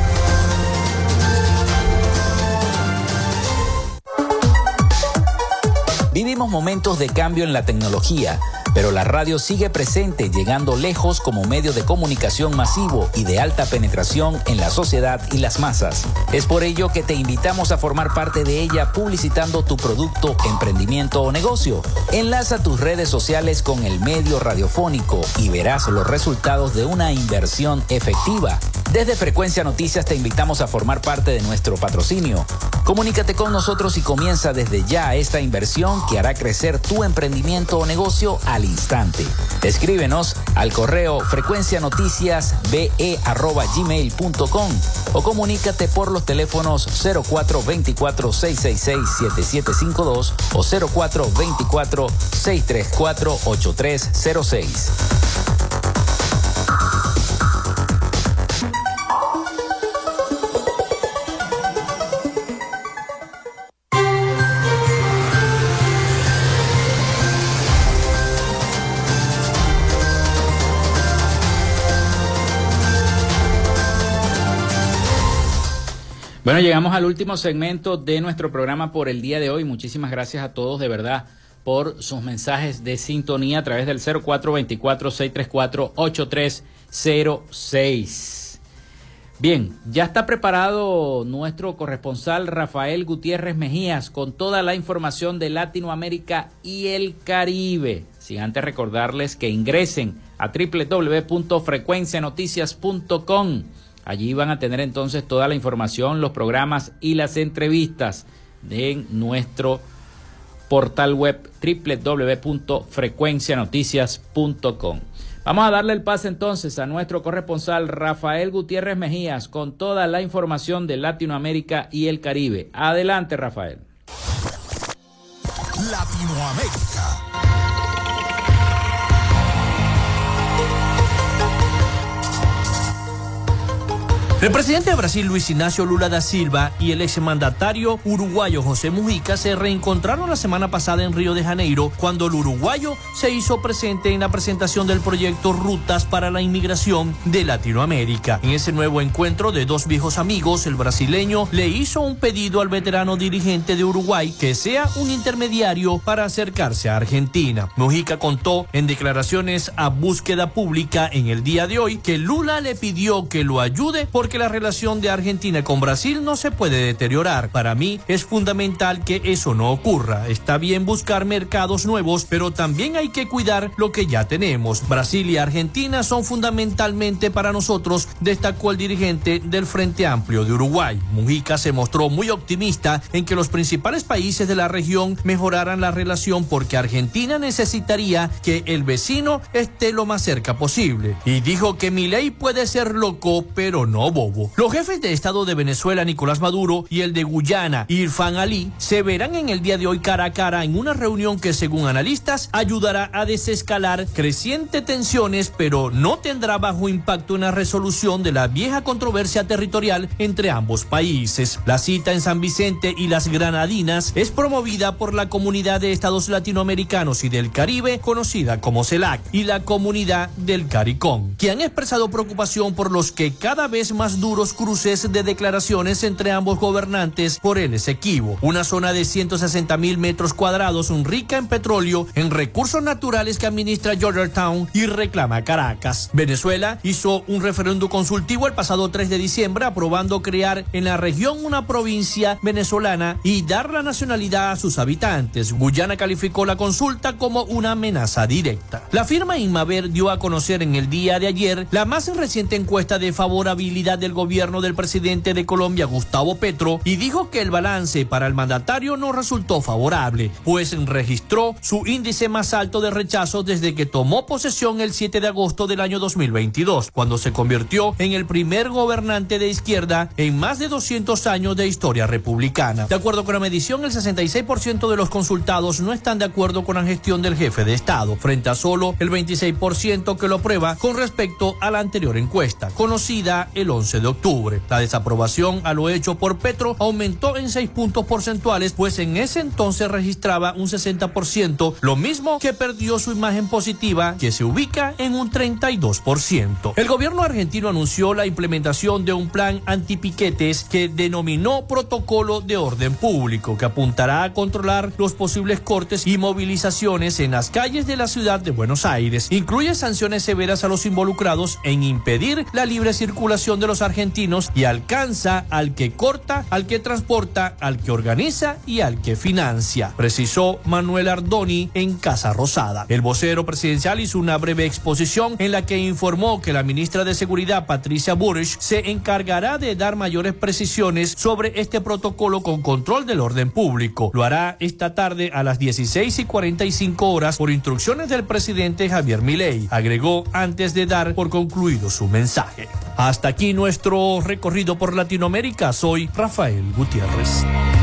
Vivimos momentos de cambio en la tecnología, pero la radio sigue presente, llegando lejos como medio de comunicación masivo y de alta penetración en la sociedad y las masas. Es por ello que te invitamos a formar parte de ella publicitando tu producto, emprendimiento o negocio. Enlaza tus redes sociales con el medio radiofónico y verás los resultados de una inversión efectiva. Desde Frecuencia Noticias te invitamos a formar parte de nuestro patrocinio. Comunícate con nosotros y comienza desde ya esta inversión que hará crecer tu emprendimiento o negocio al instante. Escríbenos al correo frecuencianoticiasbe arroba gmail punto com o comunícate por los teléfonos cero cuatro veinticuatro, seiscientos sesenta y seis, setenta y siete cincuenta y dos o cero cuatro veinticuatro, seiscientos treinta y cuatro, ochenta y tres cero seis. Bueno, llegamos al último segmento de nuestro programa por el día de hoy. Muchísimas gracias a todos de verdad por sus mensajes de sintonía a través del cero cuatro veinticuatro, seiscientos treinta y cuatro, ochenta y tres cero seis. Bien, ya está preparado nuestro corresponsal Rafael Gutiérrez Mejías con toda la información de Latinoamérica y el Caribe. Sin antes recordarles que ingresen a doble u doble u doble u punto frecuencia noticias punto com. Allí van a tener entonces toda la información, los programas y las entrevistas de nuestro portal web doble u doble u doble u punto frecuencia noticias punto com. Vamos a darle el pase entonces a nuestro corresponsal Rafael Gutiérrez Mejías con toda la información de Latinoamérica y el Caribe. Adelante, Rafael. La Latinoamérica. El presidente de Brasil, Luis Ignacio Lula da Silva, y el exmandatario uruguayo José Mujica se reencontraron la semana pasada en Río de Janeiro, cuando el uruguayo se hizo presente en la presentación del proyecto Rutas para la Inmigración de Latinoamérica. En ese nuevo encuentro de dos viejos amigos, el brasileño le hizo un pedido al veterano dirigente de Uruguay que sea un intermediario para acercarse a Argentina. Mujica contó en declaraciones a Búsqueda Pública en el día de hoy que Lula le pidió que lo ayude por que la relación de Argentina con Brasil no se puede deteriorar. Para mí es fundamental que eso no ocurra. Está bien buscar mercados nuevos, pero también hay que cuidar lo que ya tenemos. Brasil y Argentina son fundamentalmente para nosotros, destacó el dirigente del Frente Amplio de Uruguay. Mujica se mostró muy optimista en que los principales países de la región mejoraran la relación porque Argentina necesitaría que el vecino esté lo más cerca posible. Y dijo que Milei puede ser loco, pero no bobo. Los jefes de Estado de Venezuela, Nicolás Maduro, y el de Guyana, Irfan Ali, se verán en el día de hoy cara a cara en una reunión que, según analistas, ayudará a desescalar crecientes tensiones, pero no tendrá bajo impacto en la resolución de la vieja controversia territorial entre ambos países. La cita en San Vicente y las Granadinas es promovida por la Comunidad de Estados Latinoamericanos y del Caribe, conocida como CELAC, y la Comunidad del CARICOM, que han expresado preocupación por los que cada vez más duros cruces de declaraciones entre ambos gobernantes por el Esequibo, una zona de ciento sesenta mil metros cuadrados rica en petróleo, en recursos naturales que administra Georgetown y reclama Caracas. Venezuela hizo un referéndum consultivo el pasado tres de diciembre aprobando crear en la región una provincia venezolana y dar la nacionalidad a sus habitantes. Guyana calificó la consulta como una amenaza directa. La firma Inmaver dio a conocer en el día de ayer la más reciente encuesta de favorabilidad del gobierno del presidente de Colombia, Gustavo Petro, y dijo que el balance para el mandatario no resultó favorable, pues registró su índice más alto de rechazo desde que tomó posesión el siete de agosto del año dos mil veintidós, cuando se convirtió en el primer gobernante de izquierda en más de doscientos años de historia republicana. De acuerdo con la medición, el sesenta y seis por ciento de los consultados no están de acuerdo con la gestión del jefe de Estado, frente a solo el veintiséis por ciento que lo aprueba con respecto a la anterior encuesta, conocida el once de octubre. La desaprobación a lo hecho por Petro aumentó en seis puntos porcentuales, pues en ese entonces registraba un sesenta por ciento, lo mismo que perdió su imagen positiva, que se ubica en un treinta y dos por ciento. El gobierno argentino anunció la implementación de un plan antipiquetes que denominó Protocolo de Orden Público, que apuntará a controlar los posibles cortes y movilizaciones en las calles de la ciudad de Buenos Aires. Incluye sanciones severas a los involucrados en impedir la libre circulación de los argentinos y alcanza al que corta, al que transporta, al que organiza y al que financia, precisó Manuel Ardoni en Casa Rosada. El vocero presidencial hizo una breve exposición en la que informó que la ministra de Seguridad, Patricia Bullrich, se encargará de dar mayores precisiones sobre este protocolo con control del orden público. Lo hará esta tarde a las dieciséis y cuarenta y cinco horas por instrucciones del presidente Javier Milei, agregó antes de dar por concluido su mensaje. Hasta aquí nuestro recorrido por Latinoamérica. Soy Rafael Gutiérrez.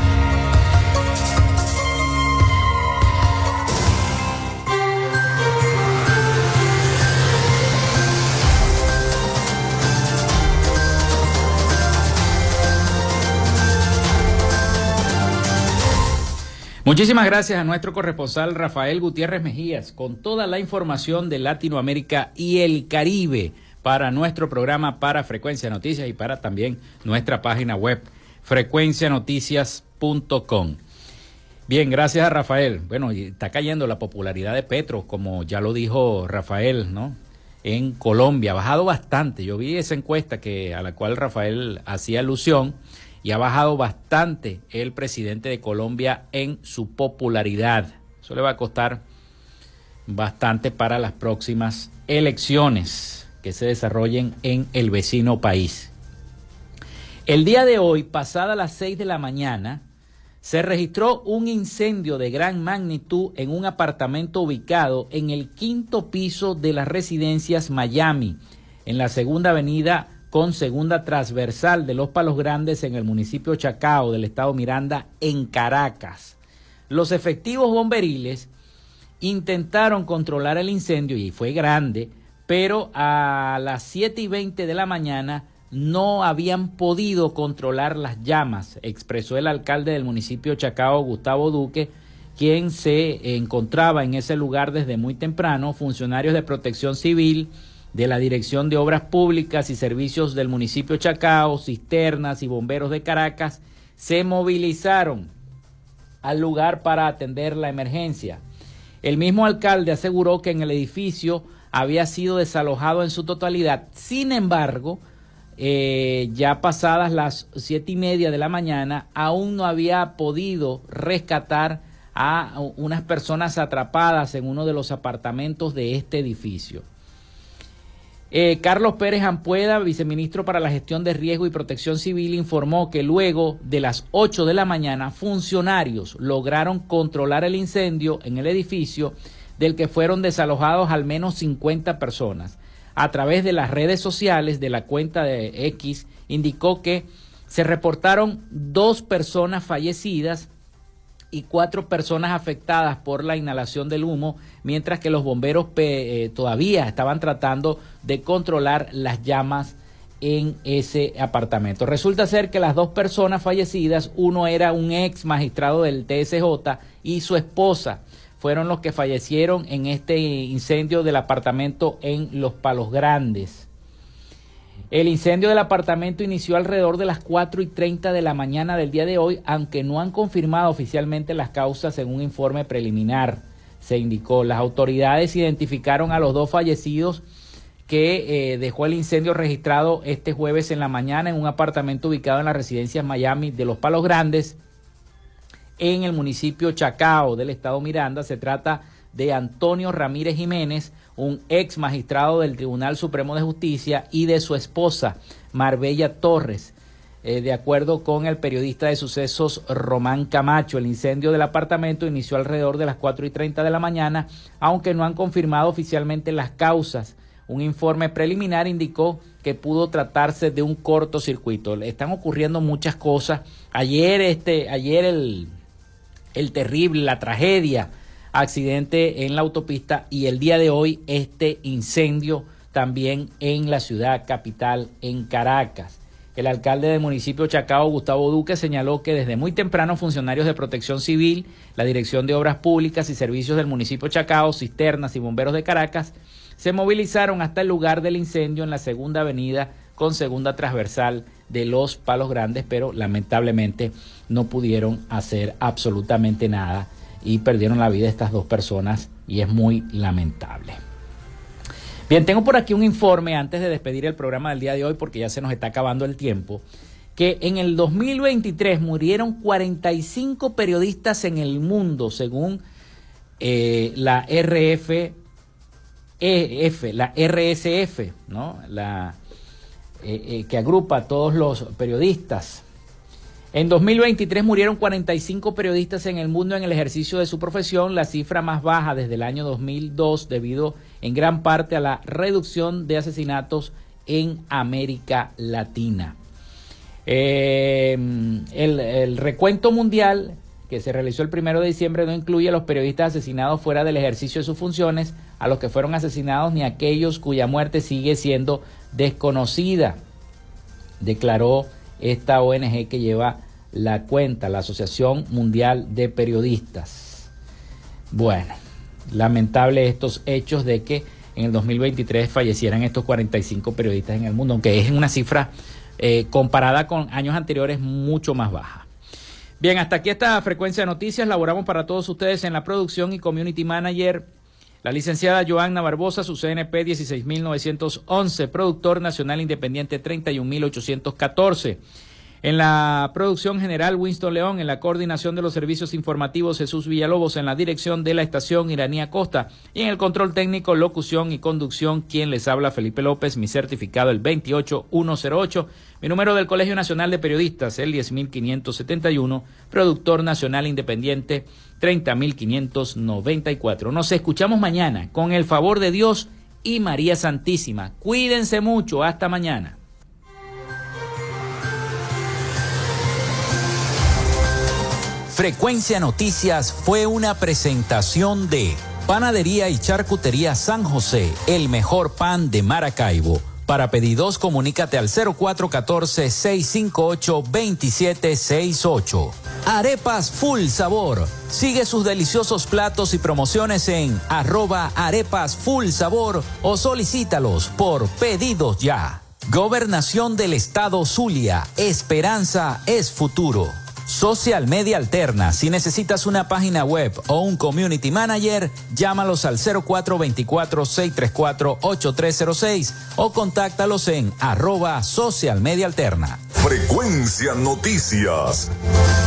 Muchísimas gracias a nuestro corresponsal Rafael Gutiérrez Mejías con toda la información de Latinoamérica y el Caribe para nuestro programa, para Frecuencia Noticias y para también nuestra página web frecuencia noticias punto com. Bien, gracias a Rafael. Bueno, y está cayendo la popularidad de Petro, como ya lo dijo Rafael, ¿no? En Colombia ha bajado bastante. Yo vi esa encuesta que a la cual Rafael hacía alusión. Y ha bajado bastante el presidente de Colombia en su popularidad. Eso le va a costar bastante para las próximas elecciones que se desarrollen en el vecino país. El día de hoy, pasada las seis de la mañana, se registró un incendio de gran magnitud en un apartamento ubicado en el quinto piso de las residencias Miami, en la segunda avenida con segunda transversal de Los Palos Grandes en el municipio Chacao del estado Miranda, en Caracas. Los efectivos bomberiles intentaron controlar el incendio y fue grande, pero a las siete y veinte de la mañana no habían podido controlar las llamas, expresó el alcalde del municipio de Chacao, Gustavo Duque, quien se encontraba en ese lugar desde muy temprano. Funcionarios de Protección Civil, de la Dirección de Obras Públicas y Servicios del municipio de Chacao, cisternas y bomberos de Caracas se movilizaron al lugar para atender la emergencia. El mismo alcalde aseguró que en el edificio había sido desalojado en su totalidad. Sin embargo, eh, ya pasadas las siete y media de la mañana, aún no había podido rescatar a unas personas atrapadas en uno de los apartamentos de este edificio. Eh, Carlos Pérez Ampueda, viceministro para la Gestión de Riesgo y Protección Civil, informó que luego de las ocho de la mañana, funcionarios lograron controlar el incendio en el edificio, del que fueron desalojados al menos cincuenta personas. A través de las redes sociales de la cuenta de X, indicó que se reportaron dos personas fallecidas y cuatro personas afectadas por la inhalación del humo, mientras que los bomberos eh, todavía estaban tratando de controlar las llamas en ese apartamento. Resulta ser que las dos personas fallecidas, uno era un ex magistrado del T S J y su esposa, fueron los que fallecieron en este incendio del apartamento en Los Palos Grandes. El incendio del apartamento inició alrededor de las cuatro y treinta de la mañana del día de hoy, aunque no han confirmado oficialmente las causas en un informe preliminar. Se indicó, las autoridades identificaron a los dos fallecidos que eh, dejó el incendio registrado este jueves en la mañana en un apartamento ubicado en la residencia Miami de Los Palos Grandes, en el municipio Chacao del estado Miranda. Se trata de Antonio Ramírez Jiménez, un ex magistrado del Tribunal Supremo de Justicia, y de su esposa, Marbella Torres. Eh, de acuerdo con el periodista de sucesos Román Camacho, el incendio del apartamento inició alrededor de las cuatro y treinta de la mañana, aunque no han confirmado oficialmente las causas. Un informe preliminar indicó que pudo tratarse de un cortocircuito. Están ocurriendo muchas cosas. Ayer, este, ayer el, el terrible, la tragedia, accidente en la autopista, y el día de hoy este incendio también en la ciudad capital, en Caracas. El alcalde del municipio Chacao, Gustavo Duque, señaló que desde muy temprano funcionarios de Protección Civil, la Dirección de Obras Públicas y Servicios del municipio Chacao, cisternas y bomberos de Caracas se movilizaron hasta el lugar del incendio en la segunda avenida con segunda transversal de Los Palos Grandes, pero lamentablemente no pudieron hacer absolutamente nada y perdieron la vida estas dos personas, y es muy lamentable. Bien, tengo por aquí un informe antes de despedir el programa del día de hoy, porque ya se nos está acabando el tiempo, que en el dos mil veintitrés murieron cuarenta y cinco periodistas en el mundo, según eh, la R F E F, la R S F, ¿no? La eh, eh, que agrupa a todos los periodistas. En dos mil veintitrés murieron cuarenta y cinco periodistas en el mundo en el ejercicio de su profesión, la cifra más baja desde el año dos mil dos, debido en gran parte a la reducción de asesinatos en América Latina. Eh, el, el recuento mundial que se realizó el primero de diciembre no incluye a los periodistas asesinados fuera del ejercicio de sus funciones, a los que fueron asesinados, ni a aquellos cuya muerte sigue siendo desconocida, declaró esta O N G que lleva la cuenta, la Asociación Mundial de Periodistas. Bueno, lamentable estos hechos de que en el dos mil veintitrés fallecieran estos cuarenta y cinco periodistas en el mundo, aunque es una cifra eh, comparada con años anteriores mucho más baja. Bien, hasta aquí esta frecuencia de noticias. Laboramos para todos ustedes en la producción y community manager la licenciada Joanna Barbosa, su C N P dieciséis mil novecientos once, productor nacional independiente treinta y un mil ochocientos catorce. En la producción general, Winston León. En la coordinación de los servicios informativos, Jesús Villalobos. En la dirección de la estación, Iranía Costa. Y en el control técnico, locución y conducción, quien les habla, Felipe López. Mi certificado, el veintiocho mil ciento ocho. Mi número del Colegio Nacional de Periodistas, el diez mil quinientos setenta y uno. Productor nacional independiente, treinta mil quinientos noventa y cuatro. Nos escuchamos mañana, con el favor de Dios y María Santísima. Cuídense mucho. Hasta mañana. Frecuencia Noticias fue una presentación de Panadería y Charcutería San José, el mejor pan de Maracaibo. Para pedidos, comunícate al cero cuatro uno cuatro, seis cinco ocho, dos siete seis ocho. Arepas Full Sabor. Sigue sus deliciosos platos y promociones en arroba arepas full sabor o solicítalos por pedidos ya. Gobernación del Estado Zulia. Esperanza es futuro. Social Media Alterna. Si necesitas una página web o un community manager, llámalos al cero cuatro dos cuatro, seis tres cuatro, ocho tres cero seis o contáctalos en arroba Social Media Alterna. Frecuencia Noticias.